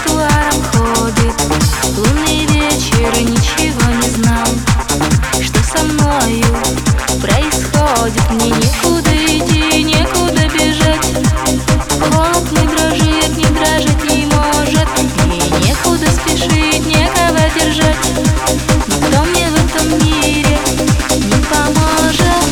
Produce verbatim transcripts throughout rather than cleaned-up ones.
тротуарам ходит. Лунный вечер и ничего не знал, что со мною происходит. Мне некуда идти, некуда бежать. Вот мой дрожит, не дрожать не может. Мне некуда спешить, некого держать. Никто мне в этом мире не поможет.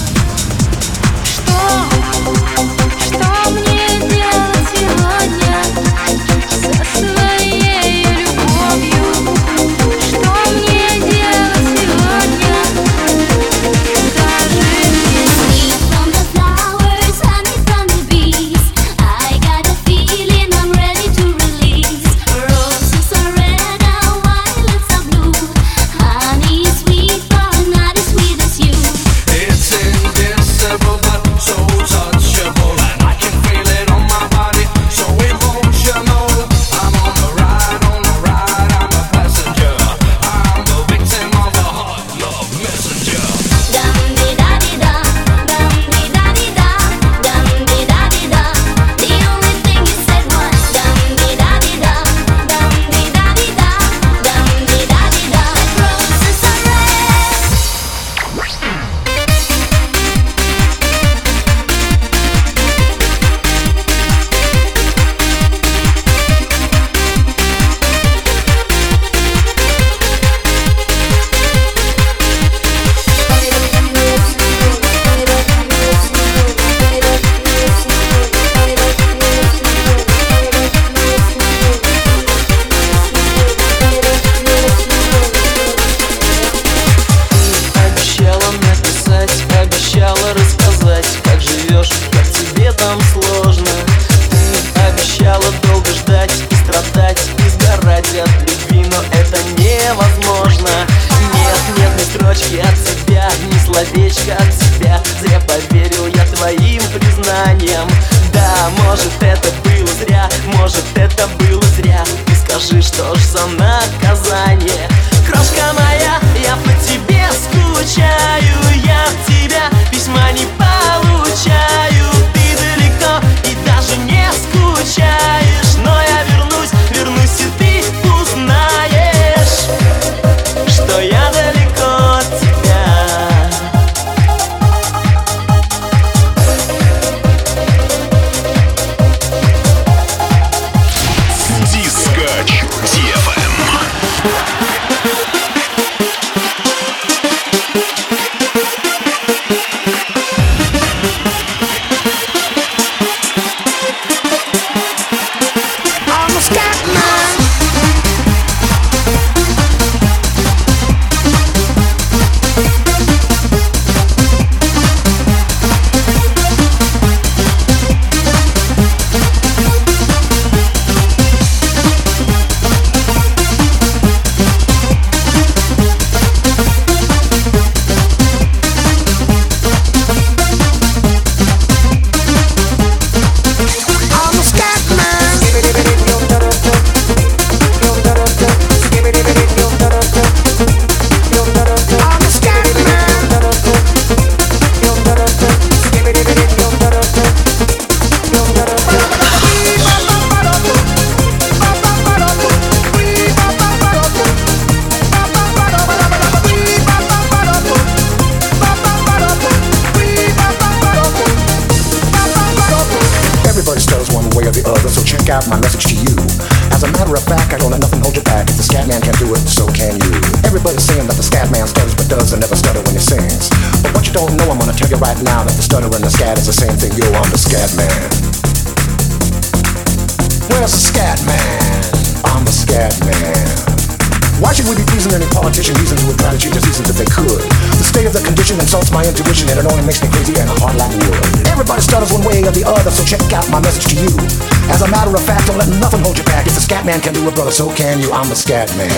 Что? Что мне делать сегодня со своей любовью? Что мне делать сегодня? Скажи мне. From the flowers, honey from the bees, I got a feeling I'm ready to release. Roses are red and violets are blue. Honey is sweet, but not as sweet as you. It's invincible but so touchable, and I can feel it on my body, so emotional. I'm on the ride, on the ride, I'm a passenger. I'm the victim of a hot love messenger. Dum di da di da, dum di da di da, dum di da di da. The only thing you said was dum di da di da, dum di da di da, dum di da di da. Roses are red. Обещала написать, обещала рассказать, как живешь, как тебе там сложно. Ты обещала долго ждать и страдать, и сгорать от любви, но это невозможно. Нет, нет ни строчки от тебя, ни словечка от тебя. Зря поверил я твоим признаниям. Да, может это было зря, может это было зря. Ты скажи, что ж за наказание? Крошка моя, я по тебе скучаю, я от тебя письма не получаю. Ты далеко и даже не скучаешь, но я вернусь, вернусь, и ты узнаешь, что я далеко от тебя. Дискач ди эф эм. Everybody stutters one way or the other, so check out my message to you. As a matter of fact, I don't let nothing hold you back. If the scat man can do it, so can you. Everybody's saying that the scat man stutters but does and never stutter when he sings. But what you don't know, I'm gonna tell you right now, that the stutter and the scat is the same thing. Yo, I'm the scat man. Where's the scat man? I'm the scat man. Why should we be pleasing any politician reasons who would try to change the seasons if they could? The state of the condition insults my intuition, and it only makes me crazy and hard like wood. Everybody stutters one way or the other, so check out my message to you. As a matter of fact, don't let nothing hold you back. If the scat man can do it, brother, so can you. I'm the scat man.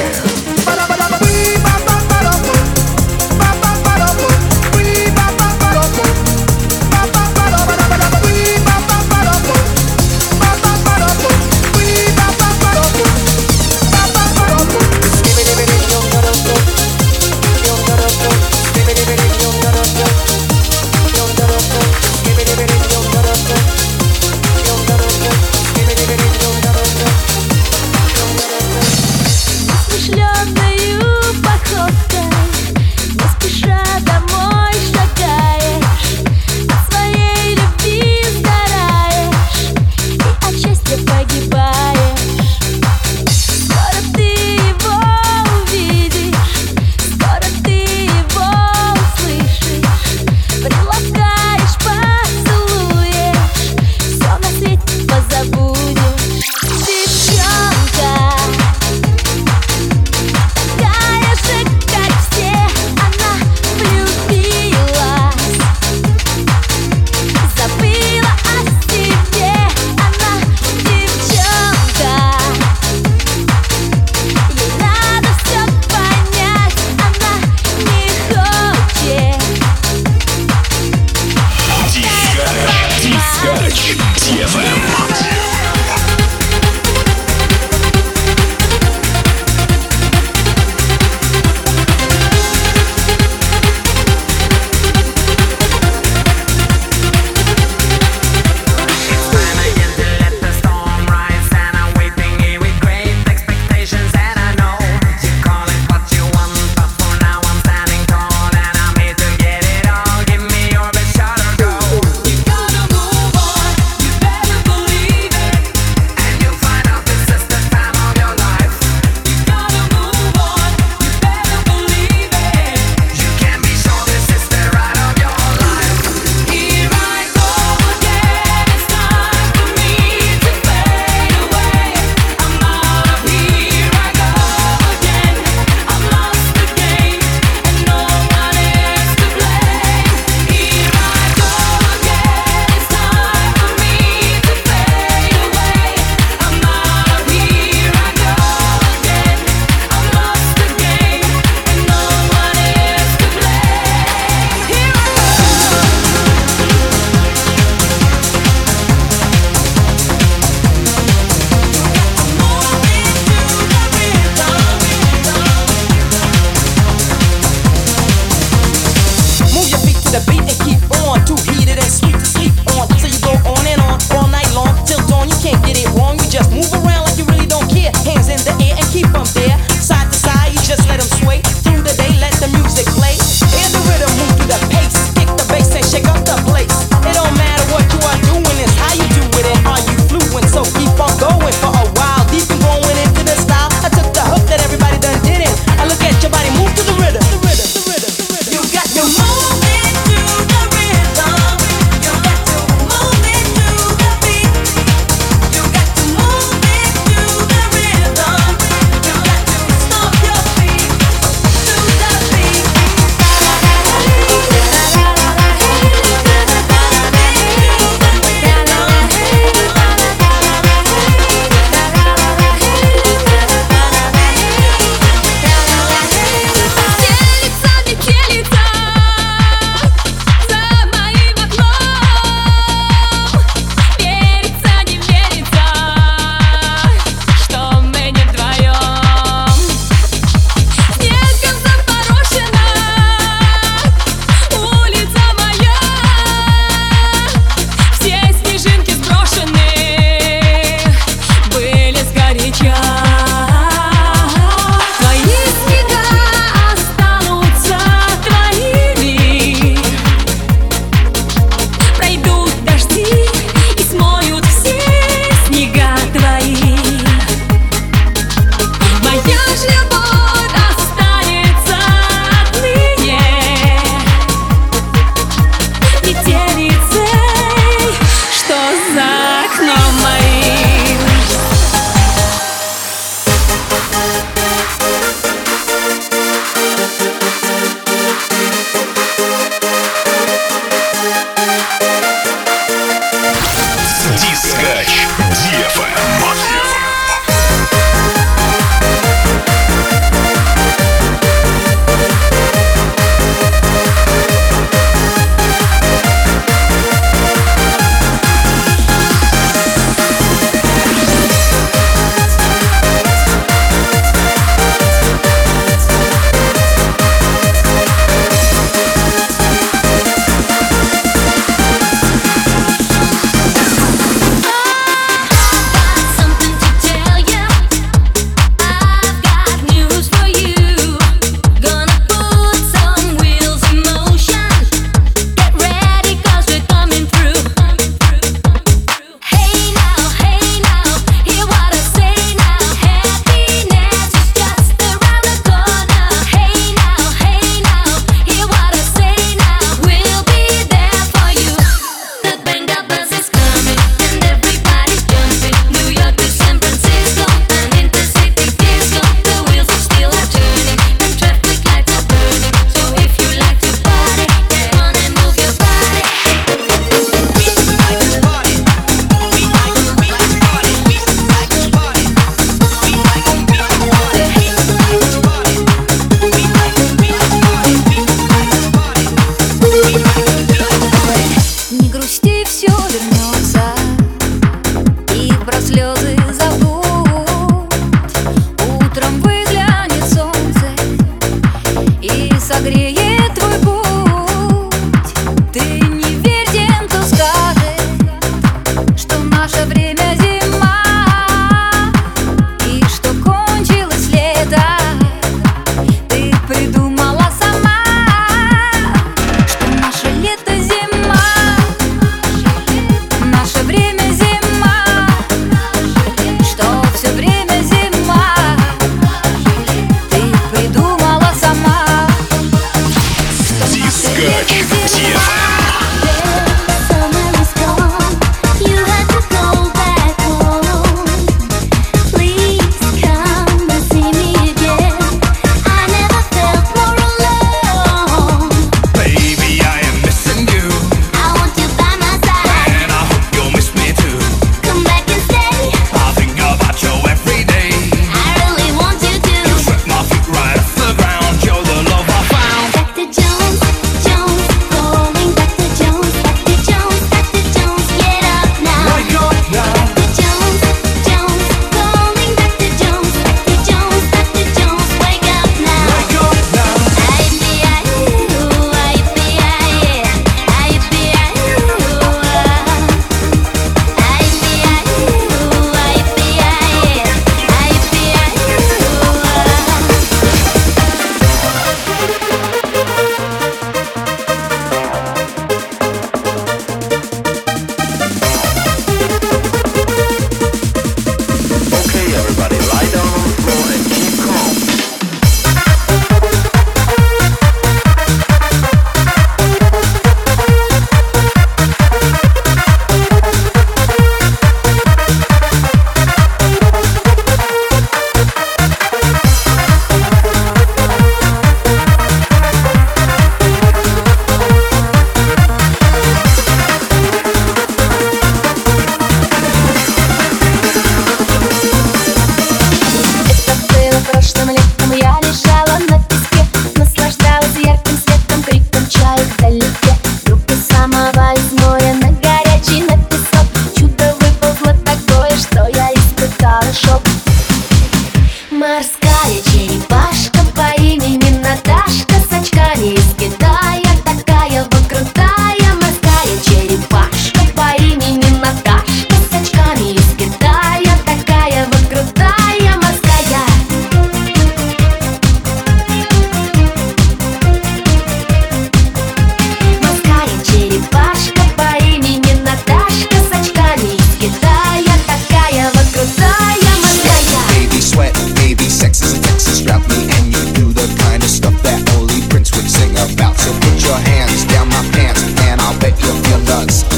ди эф эм. все вернется.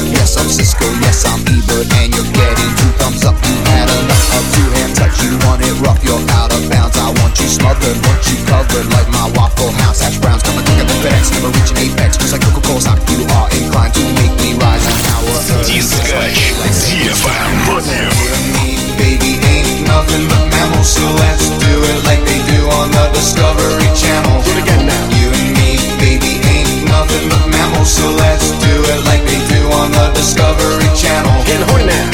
Yes, I'm Cisco, yes, I'm Ebert, and you're getting two thumbs up. You had enough of two-hand touch, you want it rough, you're out of bounds. I want you smothered, want you covered like my Waffle House hash browns. Coming quick at the FedEx, never reaching apex, just like Coca-Cola's hot. You are inclined to make me rise an hour early. Дискач ди эф эм. Baby ain't nothing but mammals, so let's do it like they do on the Discovery Channel. Do it again now. You and me, baby, ain't nothing but mammals, so let's do it like they do on the Discovery Channel. Getting horny now.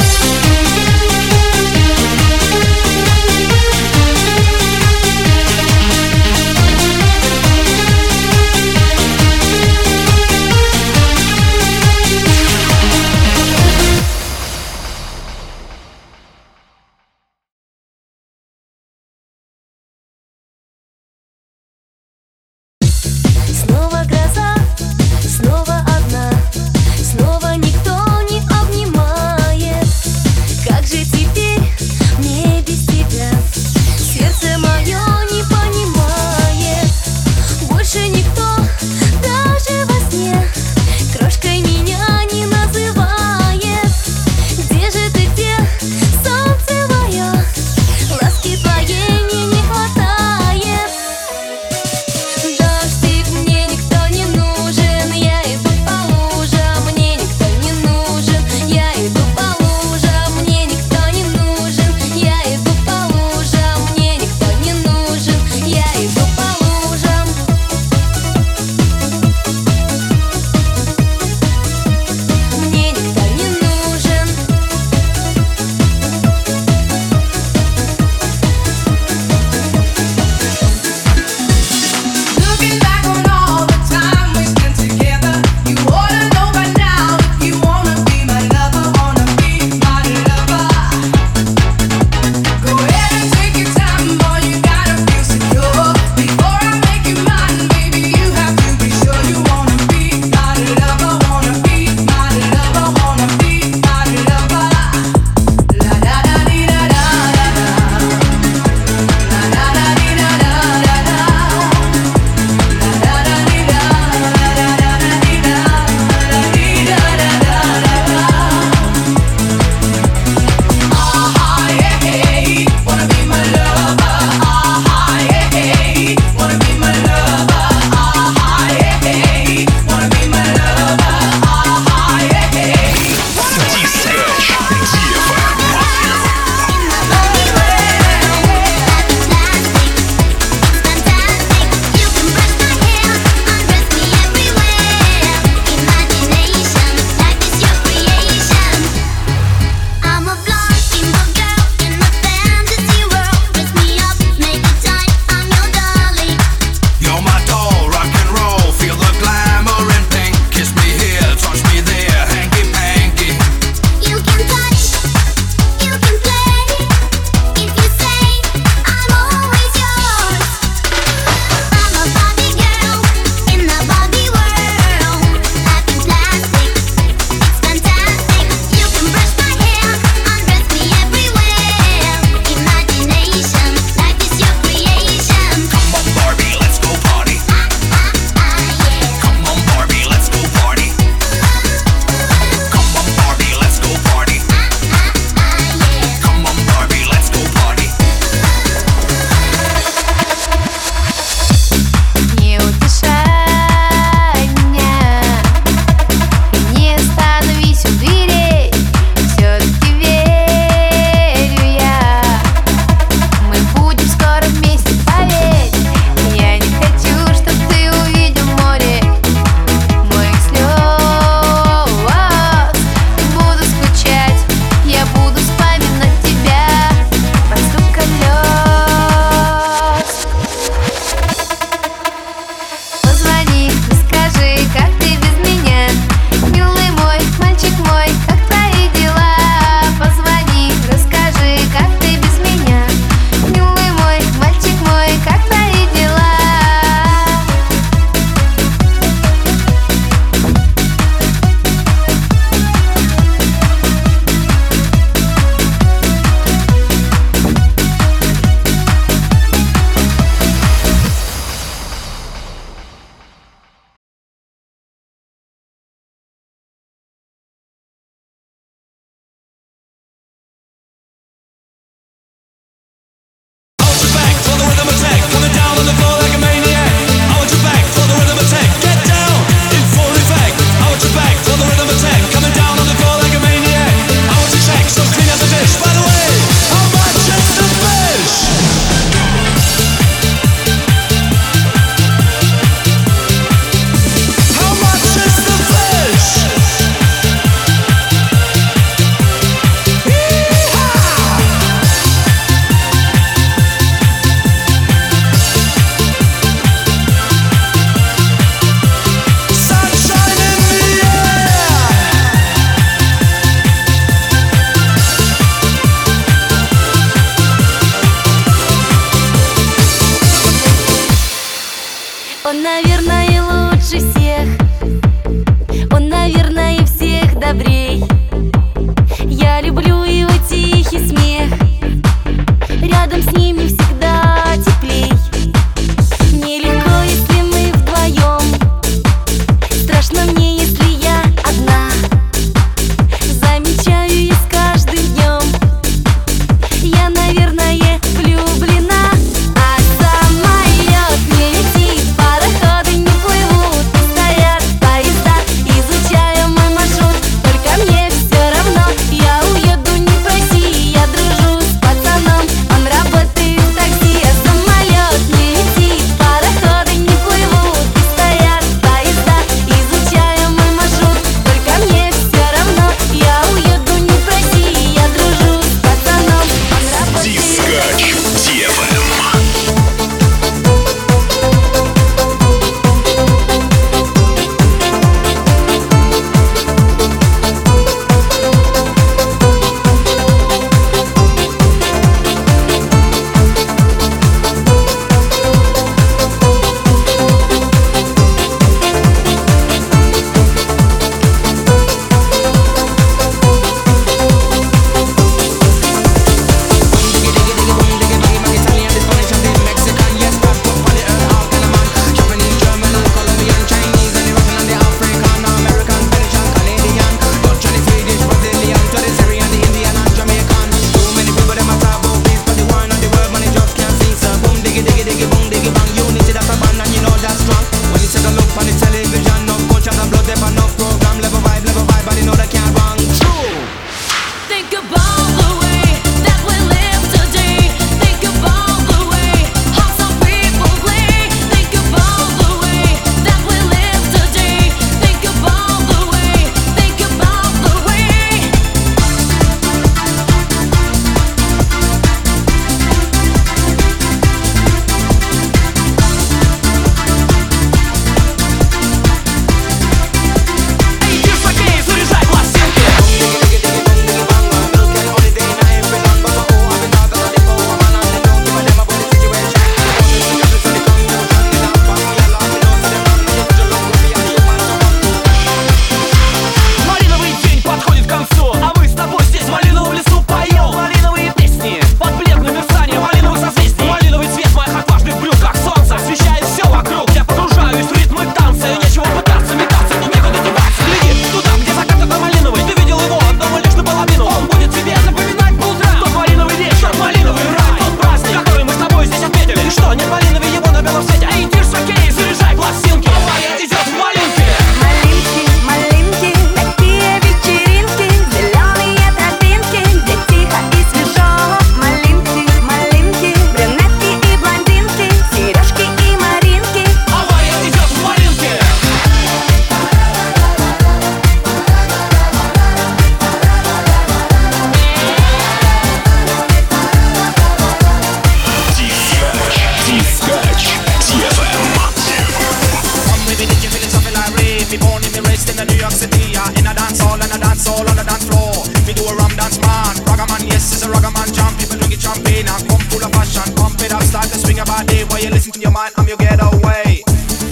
mind, I'm your getaway.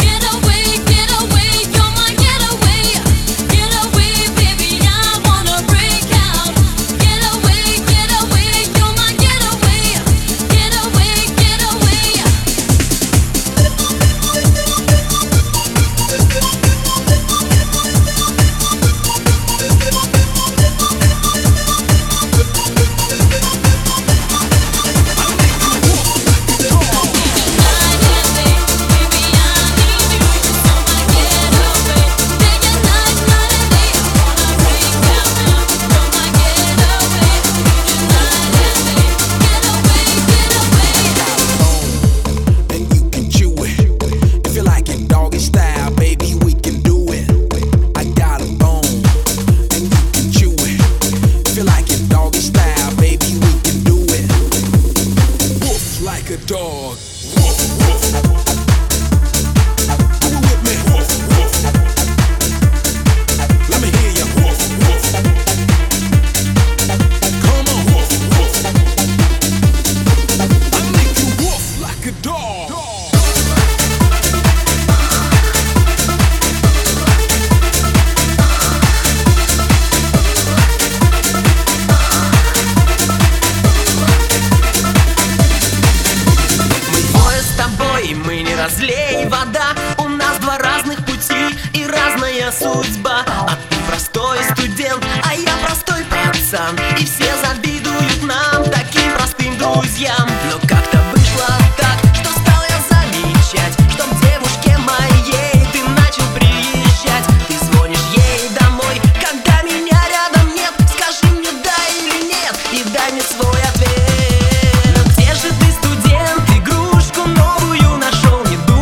Разлей вода, у нас два разных пути и разная судьба. А ты простой студент, а я простой пацан, и все завидуют нам, таким простым друзьям. Но как-то вышло так, что стал я замечать, что к девушке моей ты начал приезжать. Ты звонишь ей домой, когда меня рядом нет. Скажи мне да или нет, и дай мне свой ответ. Но где же ты, студент, игрушку новую нашел?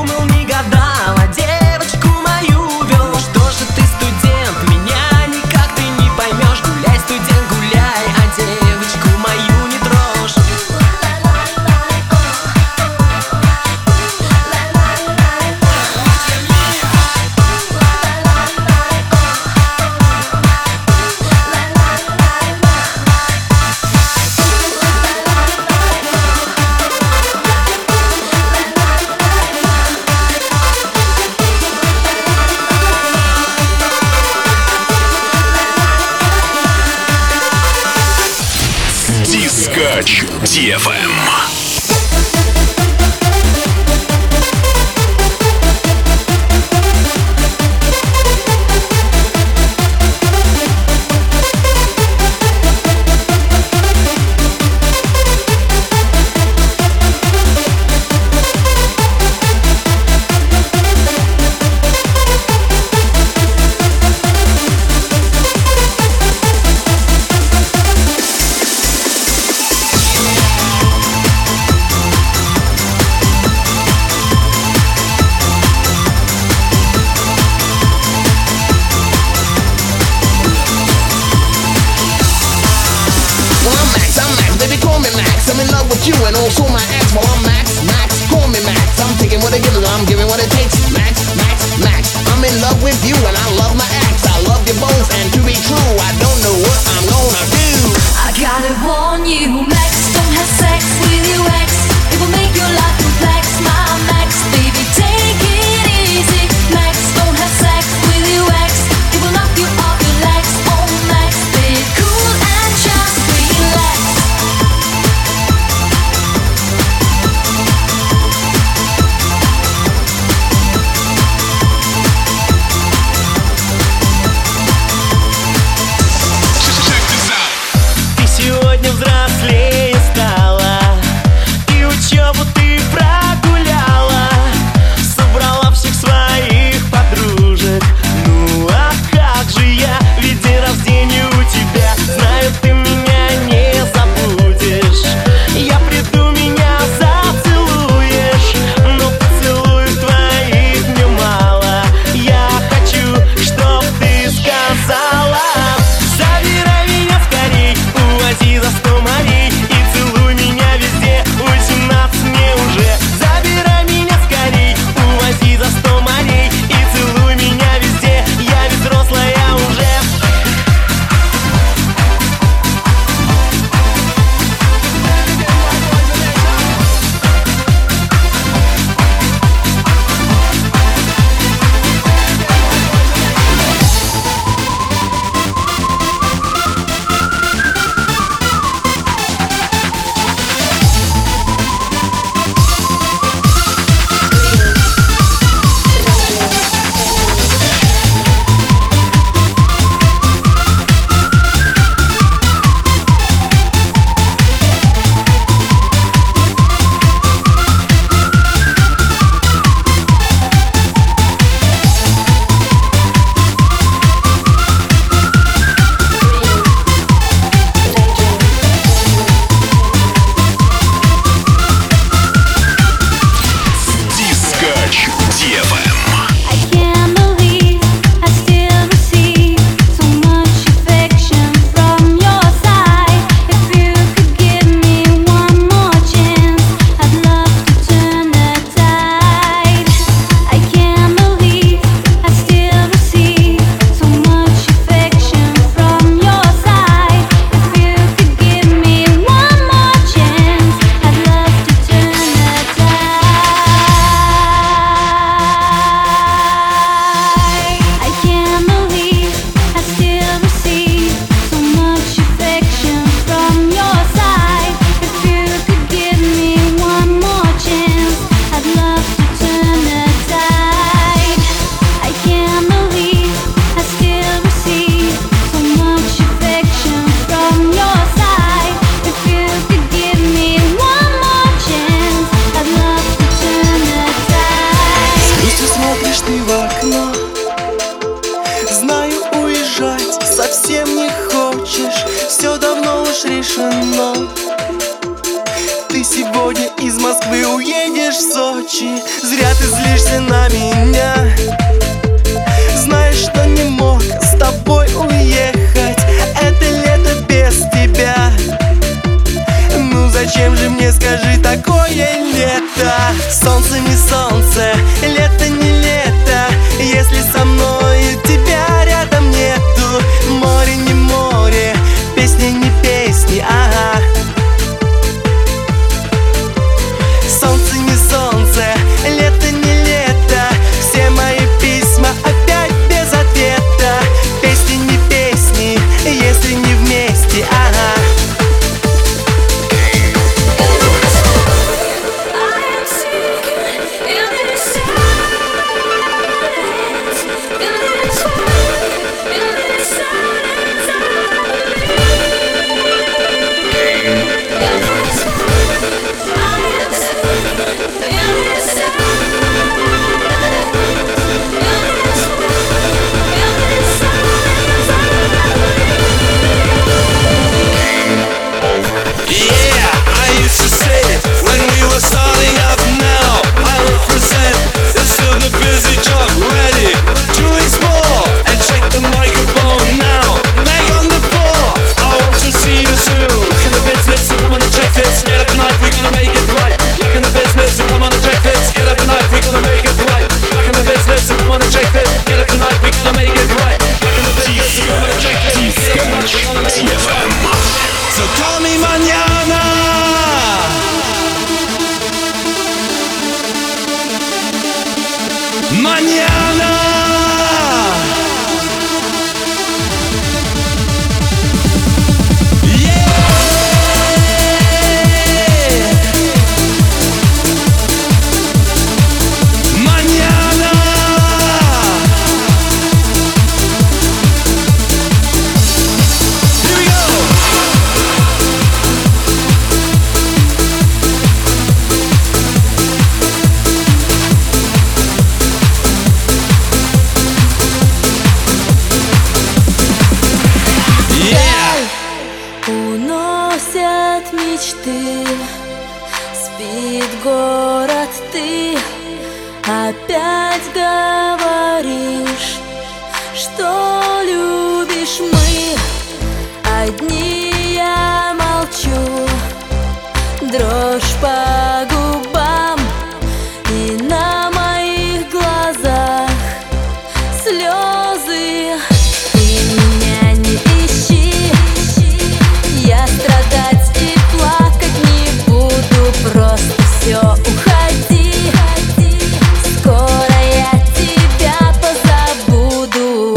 Девочку мою вел. Что же ты, студент, меня никак ты не поймешь. Гуляй, студент, гуляй, а девочку мою не трожь. Дискач ди эф эм. You and also my ex, well I'm Max, Max, call me Max. I'm taking what it gives, I'm giving what it takes. Max, Max, Max, I'm in love with you and I love my ex. I love you both and to be true, I don't know what I'm gonna do. I gotta warn you, Max, don't have sex with your ex. It will make your life complex, my Max, baby, take it easy. Max, don't have sex with your ex. It will knock you off your legs. Oh Max, be cool and just relax. ты злишься на меня. Знаешь, что не мог с тобой уехать. Это лето без тебя. Ну зачем же мне, скажи, такое лето? Солнце не солнце, лето не лето, если со мной тебя рядом нету. Море не море, песни не песни, ага. Солнце не солнце, лето не лето, все мои письма опять без ответа. Песни не песни, если не вместе, ага. So call me mañana. Mañana. Уносят мечты, спит город, ты опять говоришь, что любишь. Мы одни, я молчу, дрожь по губам, и на моих глазах слезы. Ты меня не ищи, я страдать и плакать не буду, просто все, уходи. Скоро я тебя позабуду.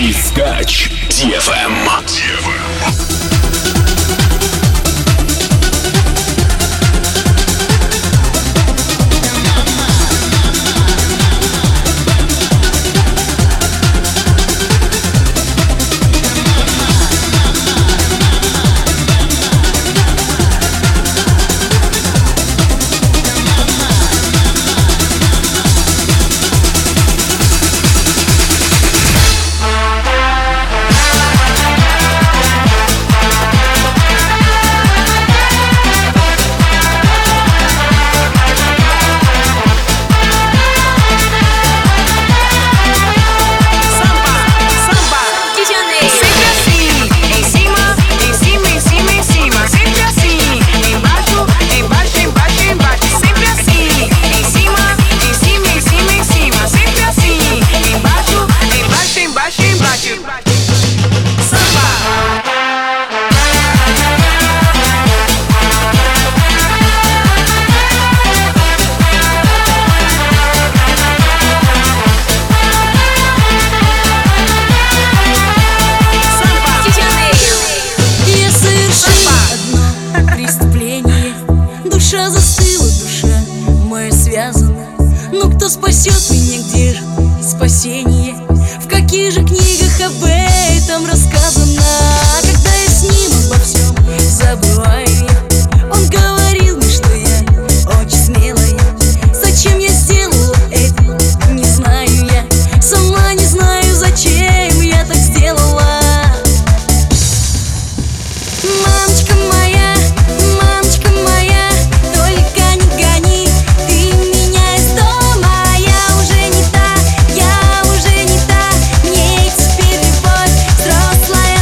Дискач ди эф эм. Спасет меня, где же спасение? В каких же книгах об этом рассказано? Когда я с ним обо всем забываю я, он говорил мне, что я очень смелая. Зачем я сделала это, не знаю я. Сама не знаю, зачем я так сделала. Мамочка моя, мамочка моя, только не гони ты меня из дома. Я уже не та, я уже не та, мне теперь любовь взрослая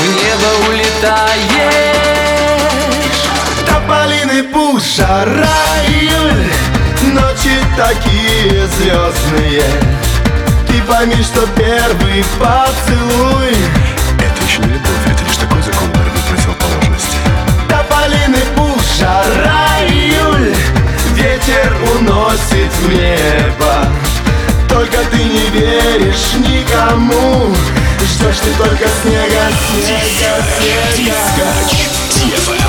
небо улетаешь. Тополиный пух, жара, июль, ночи такие звездные. Ты пойми, что первый поцелуй Это еще не любовь, это лишь такой закон борьбы противоположностей. тополиный пух, жара, июль, ветер уносит в небо. Только ты не веришь никому, ждешь ты только снега, снега, снега. ди эф эм.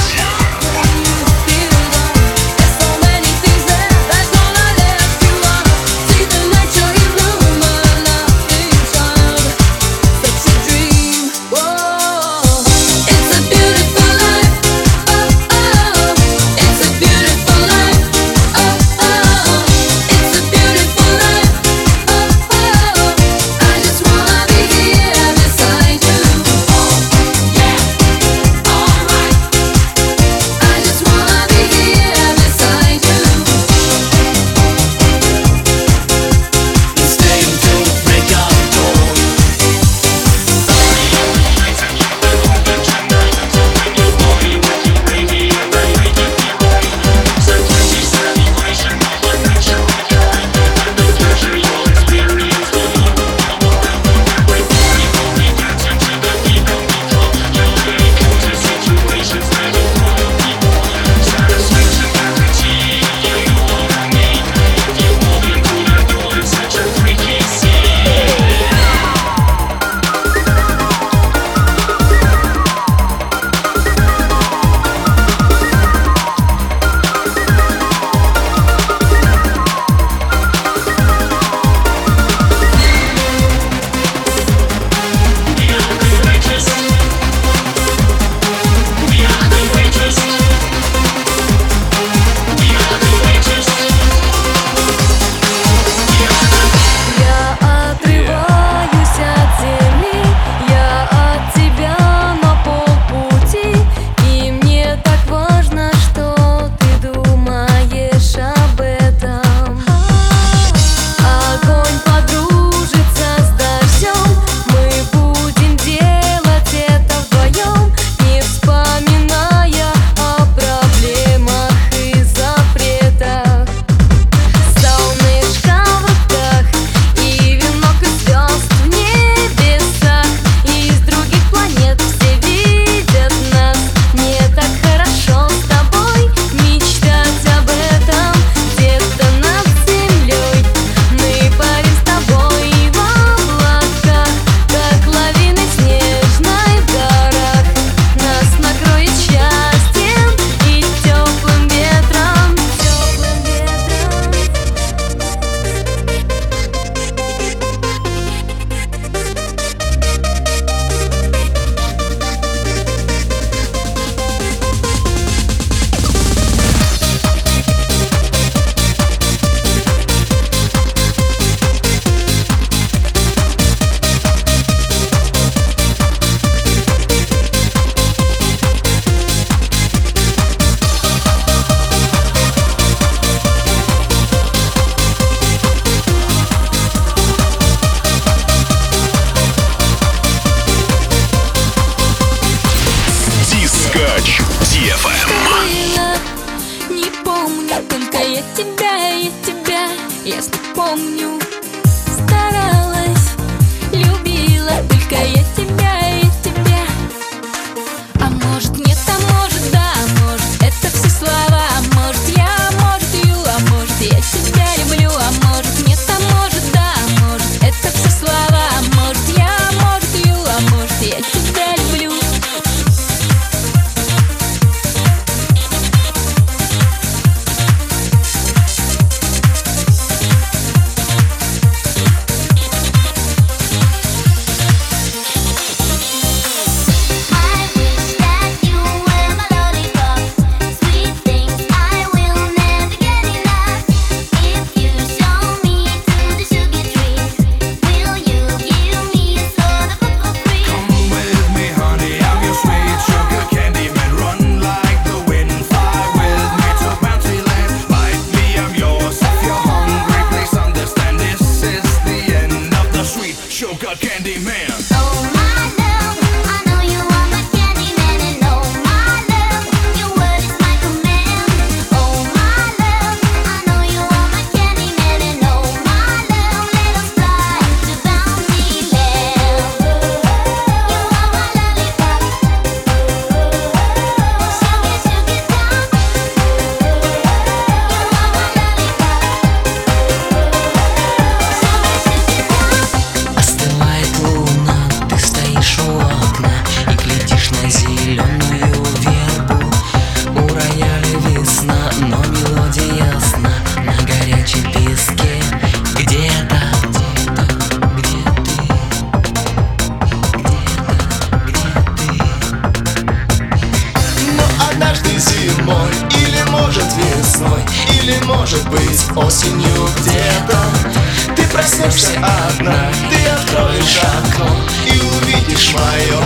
Если помню, старалась, любила, только я тебя, я тебя. А может нет, а может да, может это все слова. Может я, может ю, а может я тебя люблю. А может нет, а может да, может это все слова. Может я, может ю, а может я тебя люблю. весной или, может быть, осенью где-то. Ты проснешься одна, ты откроешь окно и увидишь мое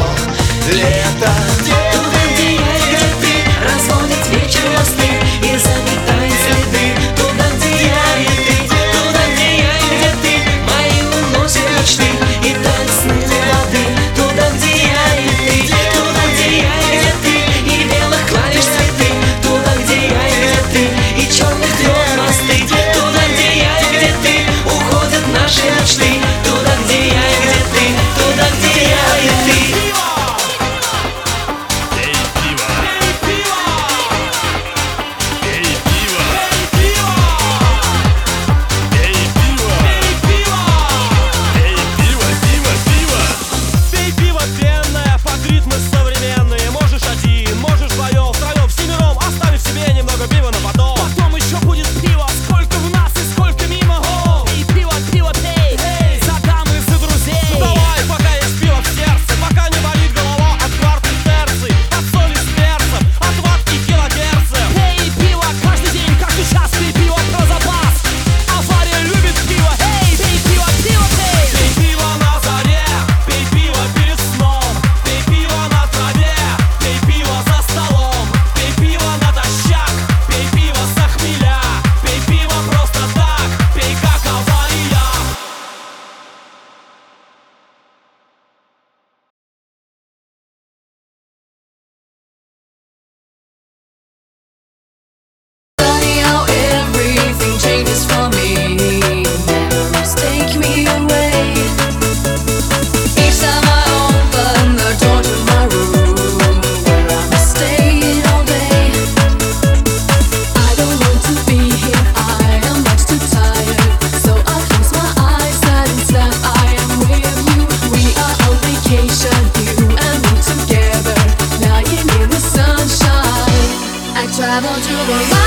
лето. Туда, где я, где ты, разводит вечер мосты и заметает следы. Туда, где я и ты, туда, где я и где ты, мои уносят мечты и тают сны воды. Туда, где я и ты, туда, где я и где ты, и белых клавиш цветы. Туда, где я и где ты, и черных дров мосты. Туда, где я и где ты, уходят наши мечты. Туда, где я и где ты, туда, где я и ты. Travel to the light.